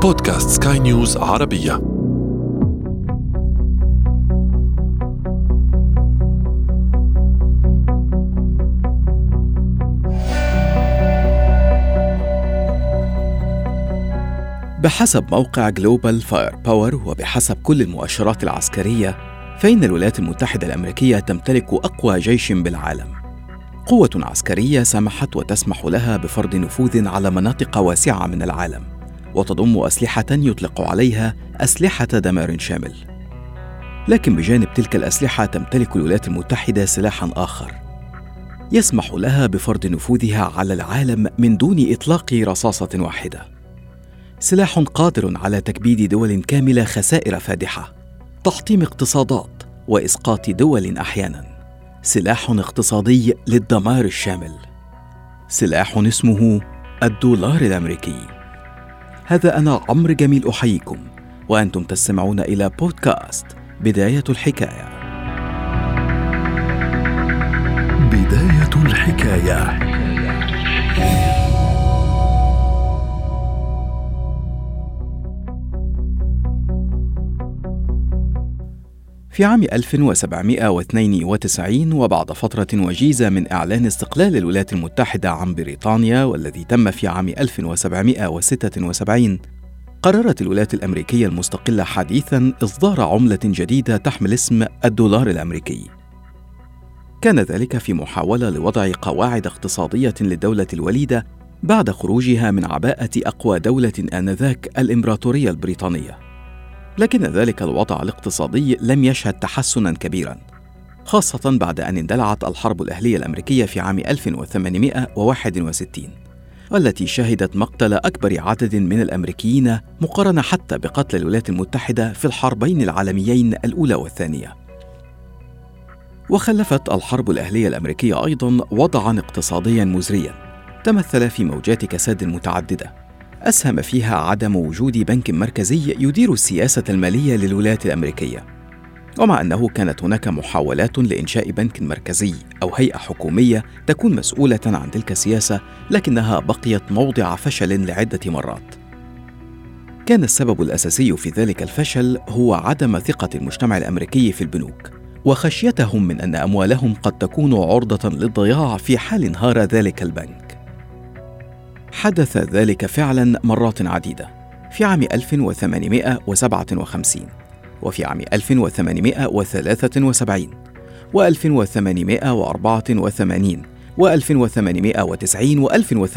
بودكاست سكاي نيوز عربية. بحسب موقع جلوبال فاير باور وبحسب كل المؤشرات العسكرية، فإن الولايات المتحدة الأمريكية تمتلك أقوى جيش بالعالم، قوة عسكرية سمحت وتسمح لها بفرض نفوذ على مناطق واسعة من العالم، وتضم أسلحة يطلق عليها أسلحة دمار شامل. لكن بجانب تلك الأسلحة تمتلك الولايات المتحدة سلاحاً آخر يسمح لها بفرض نفوذها على العالم من دون إطلاق رصاصة واحدة. سلاح قادر على تكبيد دول كاملة خسائر فادحة، تحطيم اقتصادات وإسقاط دول أحياناً. سلاح اقتصادي للدمار الشامل، سلاح اسمه الدولار الأمريكي. هذا أنا عمرو جميل أحييكم، وأنتم تستمعون إلى بودكاست بداية الحكاية. بداية الحكاية. في عام 1792 وبعد فترة وجيزة من إعلان استقلال الولايات المتحدة عن بريطانيا، والذي تم في عام 1776، قررت الولايات الأمريكية المستقلة حديثاً إصدار عملة جديدة تحمل اسم الدولار الأمريكي. كان ذلك في محاولة لوضع قواعد اقتصادية للدولة الوليدة بعد خروجها من عباءة أقوى دولة آنذاك، الإمبراطورية البريطانية. لكن ذلك الوضع الاقتصادي لم يشهد تحسناً كبيراً، خاصة بعد أن اندلعت الحرب الأهلية الأمريكية في عام 1861، والتي شهدت مقتل أكبر عدد من الأمريكيين مقارنة حتى بقتل الولايات المتحدة في الحربين العالميين الأولى والثانية. وخلفت الحرب الأهلية الأمريكية أيضاً وضعاً اقتصادياً مزرياً تمثل في موجات كساد متعددة أسهم فيها عدم وجود بنك مركزي يدير السياسة المالية للولايات الأمريكية. ومع أنه كانت هناك محاولات لإنشاء بنك مركزي أو هيئة حكومية تكون مسؤولة عن تلك السياسة، لكنها بقيت موضع فشل لعدة مرات. كان السبب الأساسي في ذلك الفشل هو عدم ثقة المجتمع الأمريكي في البنوك، وخشيتهم من أن أموالهم قد تكون عرضة للضياع في حال انهار ذلك البنك. حدث ذلك فعلا مرات عديدة، في عام 1857 وفي عام 1873 و1884 و1890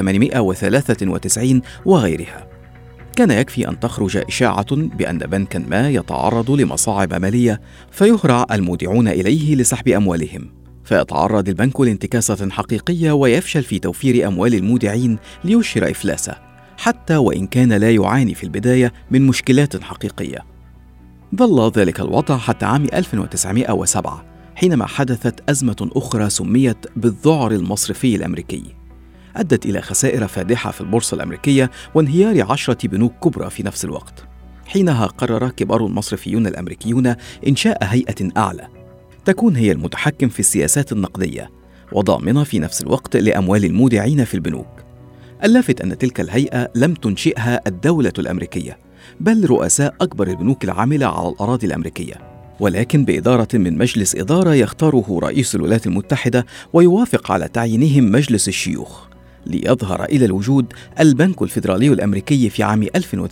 و1893 وغيرها. كان يكفي أن تخرج إشاعة بأن بنكا ما يتعرض لمصاعب مالية فيهرع المودعون إليه لسحب أموالهم، فيتعرض البنك لانتكاسة حقيقية ويفشل في توفير أموال المودعين ليشهر إفلاسه، حتى وإن كان لا يعاني في البداية من مشكلات حقيقية. ظل ذلك الوضع حتى عام 1907، حينما حدثت أزمة أخرى سميت بالذعر المصرفي الأمريكي، أدت إلى خسائر فادحة في البورصة الأمريكية وانهيار 10 بنوك كبرى في نفس الوقت. حينها قرر كبار المصرفيون الأمريكيون إنشاء هيئة أعلى تكون هي المتحكم في السياسات النقدية وضامنة في نفس الوقت لأموال المودعين في البنوك. اللافت أن تلك الهيئة لم تنشئها الدولة الأمريكية، بل رؤساء أكبر البنوك العاملة على الأراضي الأمريكية، ولكن بإدارة من مجلس إدارة يختاره رئيس الولايات المتحدة ويوافق على تعيينهم مجلس الشيوخ، ليظهر إلى الوجود البنك الفيدرالي الأمريكي في عام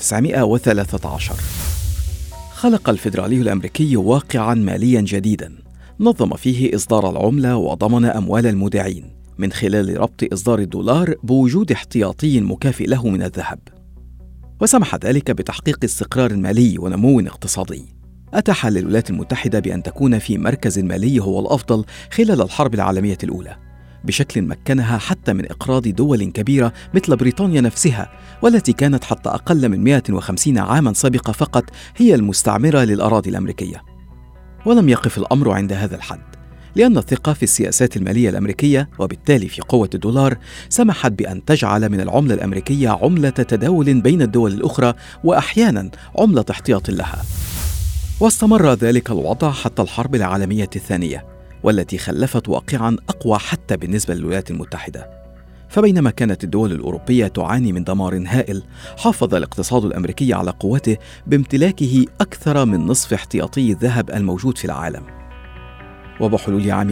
1913. خلق الفيدرالي الأمريكي واقعاً مالياً جديداً نظم فيه إصدار العملة وضمن أموال المودعين من خلال ربط إصدار الدولار بوجود احتياطي مكافئ له من الذهب، وسمح ذلك بتحقيق استقرار مالي ونمو اقتصادي. أتاح للولايات المتحدة بأن تكون في مركز مالي هو الأفضل خلال الحرب العالمية الأولى، بشكل مكنها حتى من إقراض دول كبيرة مثل بريطانيا نفسها، والتي كانت حتى أقل من 150 عاماً سابقة فقط هي المستعمرة للأراضي الأمريكية. ولم يقف الأمر عند هذا الحد، لأن الثقة في السياسات المالية الأمريكية وبالتالي في قوة الدولار سمحت بأن تجعل من العملة الأمريكية عملة تداول بين الدول الأخرى، وأحياناً عملة احتياط لها. واستمر ذلك الوضع حتى الحرب العالمية الثانية، والتي خلفت واقعاً أقوى حتى بالنسبة للولايات المتحدة. فبينما كانت الدول الأوروبية تعاني من دمار هائل، حافظ الاقتصاد الأمريكي على قوته بامتلاكه أكثر من نصف احتياطي الذهب الموجود في العالم. وبحلول عام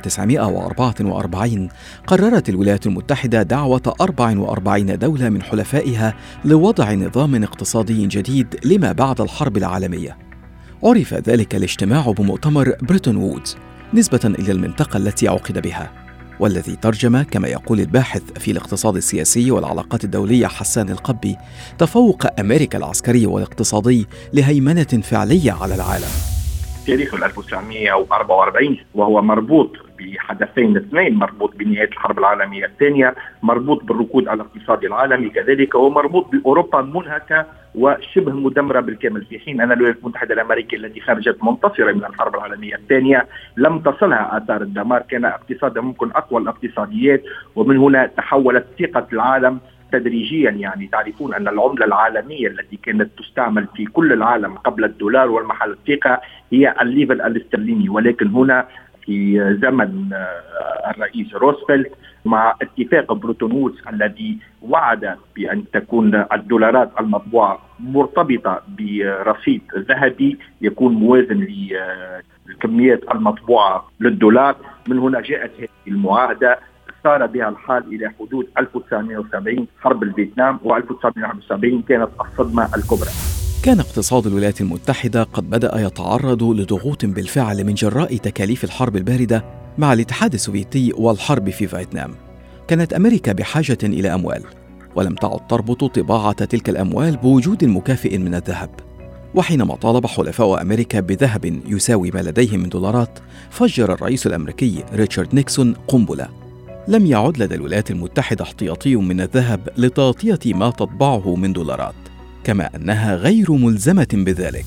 1944 قررت الولايات المتحدة دعوة 44 دولة من حلفائها لوضع نظام اقتصادي جديد لما بعد الحرب العالمية. عرف ذلك الاجتماع بمؤتمر بريتون وودز نسبة إلى المنطقة التي عقد بها، والذي ترجم كما يقول الباحث في الاقتصاد السياسي والعلاقات الدولية حسان القبي تفوق أمريكا العسكري والاقتصادي لهيمنة فعلية على العالم. تاريخ 1944 وهو مربوط بحدثين اثنين، مربوط بنهاية الحرب العالمية الثانية، مربوط بالركود على الاقتصاد العالمي كذلك، ومربوط بأوروبا منهكة وشبه مدمرة بالكامل، في حين أن الولايات المتحدة الأمريكية التي خرجت منتصرة من الحرب العالمية الثانية لم تصلها آثار الدمار، كان اقتصادها ممكن أقوى الاقتصاديات، ومن هنا تحولت ثقة العالم تدريجيا. يعني تعرفون أن العملة العالمية التي كانت تستعمل في كل العالم قبل الدولار والمحل الثقة هي الليفل الاسترليني، ولكن هنا في زمن الرئيس روزفلت مع اتفاق بريتون وودز الذي وعد بأن تكون الدولارات المطبوعة مرتبطة برصيد ذهبي يكون موازن للكميات المطبوعة للدولار، من هنا جاءت هذه المعاهدة. صار بها الحال إلى حدود 1970 حرب الفيتنام، و1971 كانت الصدمة الكبرى. كان اقتصاد الولايات المتحدة قد بدأ يتعرض لضغوط بالفعل من جراء تكاليف الحرب الباردة مع الاتحاد السوفيتي والحرب في فيتنام. كانت أمريكا بحاجة إلى أموال، ولم تعد تربط طباعة تلك الأموال بوجود مكافئ من الذهب. وحينما طالب حلفاء أمريكا بذهب يساوي ما لديهم من دولارات، فجر الرئيس الأمريكي ريتشارد نيكسون قنبلة. لم يعد لدى الولايات المتحدة احتياطي من الذهب لتغطية ما تطبعه من دولارات، كما أنها غير ملزمة بذلك.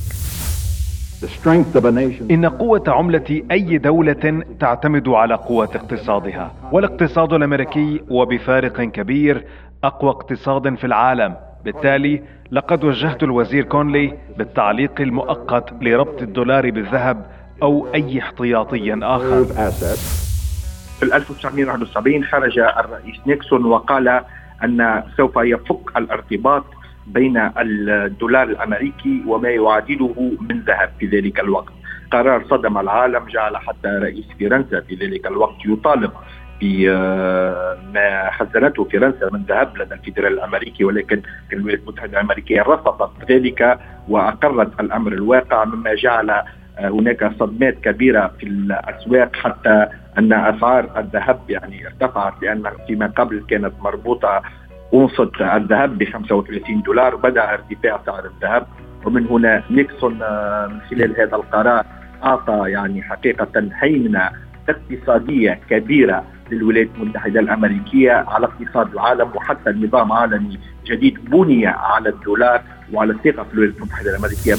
إن قوة عملة أي دولة تعتمد على قوة اقتصادها، والاقتصاد الأمريكي وبفارق كبير أقوى اقتصاد في العالم. بالتالي لقد وجهت الوزير كونلي بالتعليق المؤقت لربط الدولار بالذهب أو أي احتياطي آخر. في 1971 خرج الرئيس نيكسون وقال أن سوف يفك الارتباط بين الدولار الأمريكي وما يعادله من ذهب في ذلك الوقت. قرار صدم العالم، جعل حتى رئيس فرنسا في ذلك الوقت يطالب بما خزنته فرنسا من ذهب لدى الفيدرالي الأمريكي، ولكن الولايات المتحدة الأمريكية رفضت ذلك وأقرت الأمر الواقع، مما جعل هناك صدمات كبيرة في الأسواق، حتى أن أسعار الذهب يعني ارتفعت، لأن فيما قبل كانت مربوطة أونصة الذهب $35، بدأ ارتفاع سعر الذهب. ومن هنا نيكسون من خلال هذا القرار أعطى يعني حقيقة هيمنة اقتصادية كبيرة للولايات المتحدة الأمريكية على اقتصاد العالم، وحتى نظام عالمي جديد بني على الدولار وعلى الثقة في الولايات المتحدة الأمريكية.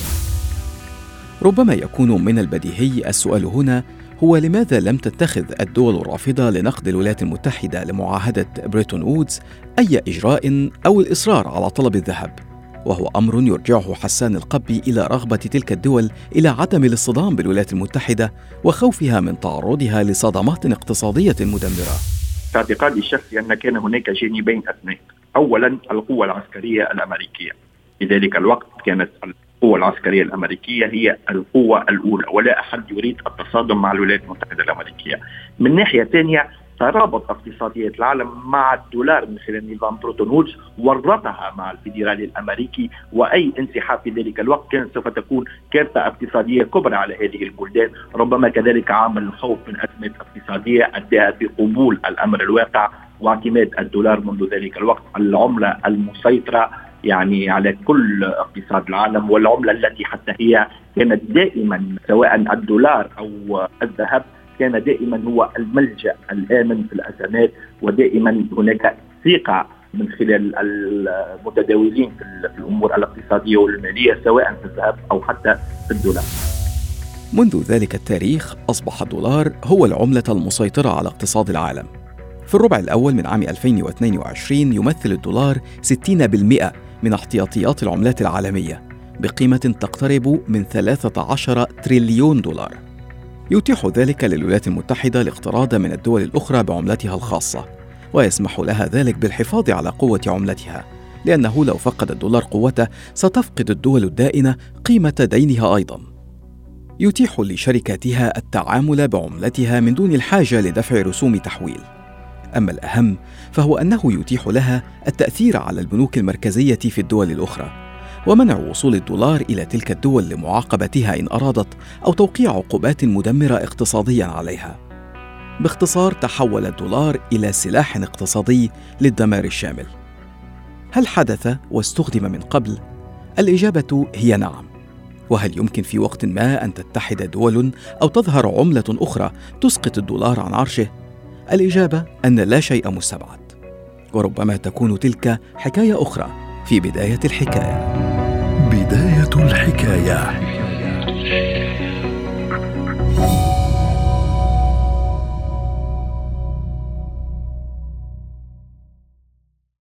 ربما يكون من البديهي السؤال هنا هو لماذا لم تتخذ الدول الرافضة لنقد الولايات المتحدة لمعاهدة بريتون وودز أي إجراء أو الإصرار على طلب الذهب؟ وهو أمر يرجعه حسان القبي إلى رغبة تلك الدول إلى عدم الاصطدام بالولايات المتحدة وخوفها من تعرضها لصدمات اقتصادية مدمرة. في اعتقادي الشخصي أن كان هناك جانبين اثنين. أولا القوة العسكرية الأمريكية، في ذلك الوقت كانت القوة العسكرية الأمريكية هي القوة الأولى، ولا أحد يريد التصادم مع الولايات المتحدة الأمريكية. من ناحية ثانية ترابط اقتصادية العالم مع الدولار من خلال نظام بريتون وودز ورطها مع الفيدرالي الأمريكي، وأي انسحاب في ذلك الوقت كان سوف تكون كارثة اقتصادية كبرى على هذه البلدان. ربما كذلك عامل الخوف من أزمة اقتصادية أدى بقبول الأمر الواقع واعتماد الدولار منذ ذلك الوقت العملة المسيطرة يعني على كل اقتصاد العالم، والعملة التي حتى هي كانت دائما سواء الدولار أو الذهب كان دائما هو الملجأ الآمن في الأزمات، ودائما هناك ثقة من خلال المتداولين في الأمور الاقتصادية والمالية سواء في الذهب أو حتى في الدولار. منذ ذلك التاريخ أصبح الدولار هو العملة المسيطرة على اقتصاد العالم. في الربع الأول من عام 2022 يمثل الدولار 60% من احتياطيات العملات العالمية بقيمة تقترب من 13 تريليون دولار. يتيح ذلك للولايات المتحدة الاقتراض من الدول الأخرى بعملتها الخاصة، ويسمح لها ذلك بالحفاظ على قوة عملتها، لأنه لو فقد الدولار قوته ستفقد الدول الدائنة قيمة دينها أيضاً. يتيح لشركاتها التعامل بعملتها من دون الحاجة لدفع رسوم تحويل. أما الأهم فهو أنه يتيح لها التأثير على البنوك المركزية في الدول الأخرى، ومنع وصول الدولار إلى تلك الدول لمعاقبتها إن أرادت، أو توقيع عقوبات مدمرة اقتصادياً عليها. باختصار، تحول الدولار إلى سلاح اقتصادي للدمار الشامل. هل حدث واستخدم من قبل؟ الإجابة هي نعم. وهل يمكن في وقت ما أن تتحد دول أو تظهر عملة أخرى تسقط الدولار عن عرشه؟ الإجابة أن لا شيء مستبعد، وربما تكون تلك حكاية أخرى في بداية الحكاية. بداية الحكاية.